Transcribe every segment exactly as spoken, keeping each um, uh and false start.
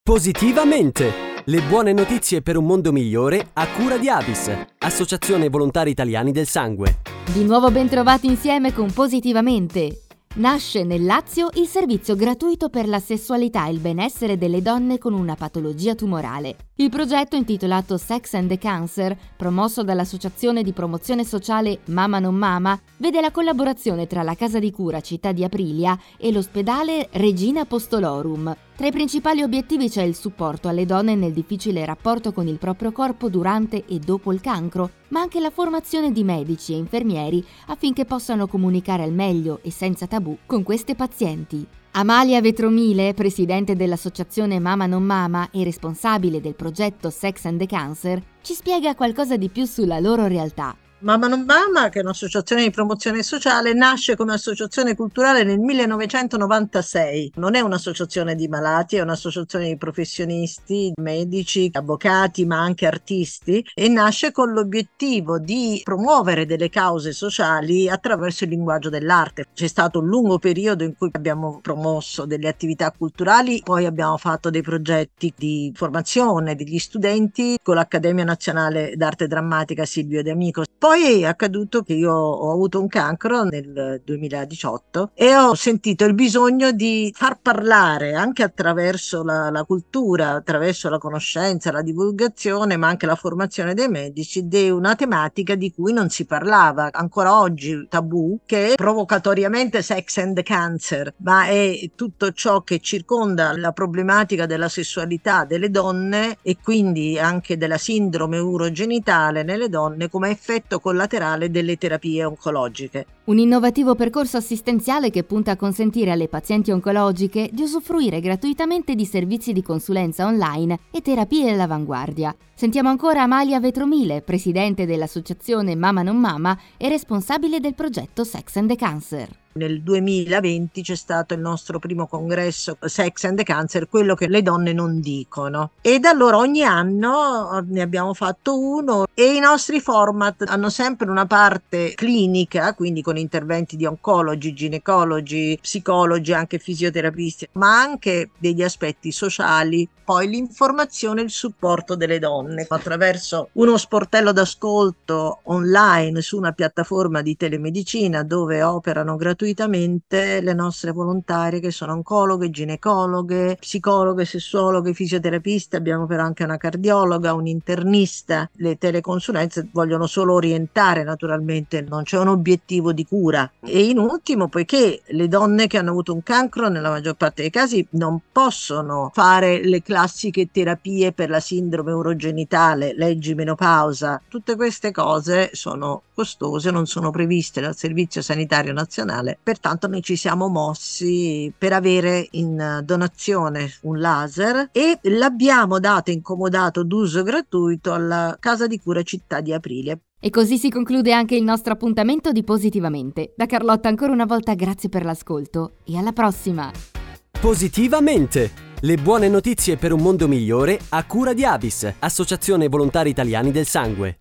Positivamente! Le buone notizie per un mondo migliore a cura di Avis, Associazione Volontari Italiani del Sangue. Di nuovo ben trovati insieme con Positivamente. Nasce nel Lazio il servizio gratuito per la sessualità e il benessere delle donne con una patologia tumorale. Il progetto, intitolato Sex and the Cancer, promosso dall'Associazione di Promozione Sociale Mama Non Mama, vede la collaborazione tra la Casa di Cura Città di Aprilia e l'ospedale Regina Apostolorum. Tra i principali obiettivi c'è il supporto alle donne nel difficile rapporto con il proprio corpo durante e dopo il cancro, ma anche la formazione di medici e infermieri affinché possano comunicare al meglio e senza tabù con queste pazienti. Amalia Vetromile, presidente dell'associazione Mama Non Mama e responsabile del progetto Sex and the Cancer, ci spiega qualcosa di più sulla loro realtà. Mama Non Mama, che è un'associazione di promozione sociale, nasce come associazione culturale nel millenovecentonovantasei. Non è un'associazione di malati, è un'associazione di professionisti, medici, avvocati, ma anche artisti, e nasce con l'obiettivo di promuovere delle cause sociali attraverso il linguaggio dell'arte. C'è stato un lungo periodo in cui abbiamo promosso delle attività culturali, poi abbiamo fatto dei progetti di formazione degli studenti con l'Accademia Nazionale d'Arte Drammatica Silvio De Amico. Poi è accaduto che io ho avuto un cancro nel duemiladiciotto e ho sentito il bisogno di far parlare anche attraverso la, la cultura, attraverso la conoscenza, la divulgazione, ma anche la formazione dei medici, di una tematica di cui non si parlava ancora oggi, tabù, che è provocatoriamente Sex and the Cancer, ma è tutto ciò che circonda la problematica della sessualità delle donne e quindi anche della sindrome urogenitale nelle donne come effetto collaterale delle terapie oncologiche. Un innovativo percorso assistenziale che punta a consentire alle pazienti oncologiche di usufruire gratuitamente di servizi di consulenza online e terapie all'avanguardia. Sentiamo ancora Amalia Vetromile, presidente dell'associazione Mama Non Mama e responsabile del progetto Sex and the Cancer. Nel duemilaventi c'è stato il nostro primo congresso Sex and the Cancer, quello che le donne non dicono. E da allora ogni anno ne abbiamo fatto uno e i nostri format hanno sempre una parte clinica, quindi con interventi di oncologi, ginecologi, psicologi, anche fisioterapisti, ma anche degli aspetti sociali, poi l'informazione e il supporto delle donne attraverso uno sportello d'ascolto online su una piattaforma di telemedicina dove operano gratuitamente le nostre volontarie che sono oncologhe, ginecologhe, psicologhe, sessuologhe, fisioterapiste, abbiamo però anche una cardiologa, un internista. Le teleconsulenze vogliono solo orientare, naturalmente non c'è un obiettivo di cura. E in ultimo, poiché le donne che hanno avuto un cancro nella maggior parte dei casi non possono fare le classiche terapie per la sindrome urogenitale, leggi menopausa, tutte queste cose sono costose, non sono previste dal Servizio Sanitario Nazionale, pertanto noi ci siamo mossi per avere in donazione un laser e l'abbiamo dato incomodato d'uso gratuito alla Casa di Cura Città di Aprilia. E così si conclude anche il nostro appuntamento di Positivamente. Da Carlotta ancora una volta grazie per l'ascolto e alla prossima! Positivamente! Le buone notizie per un mondo migliore a cura di Avis, Associazione Volontari Italiani del Sangue.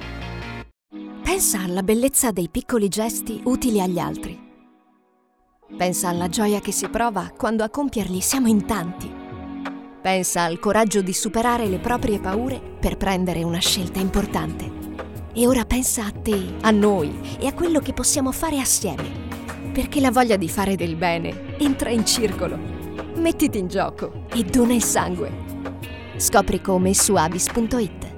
Pensa alla bellezza dei piccoli gesti utili agli altri. Pensa alla gioia che si prova quando a compierli siamo in tanti. Pensa al coraggio di superare le proprie paure per prendere una scelta importante. E ora pensa a te, a noi e a quello che possiamo fare assieme. Perché la voglia di fare del bene entra in circolo. Mettiti in gioco e dona il sangue. Scopri come su avis punto it.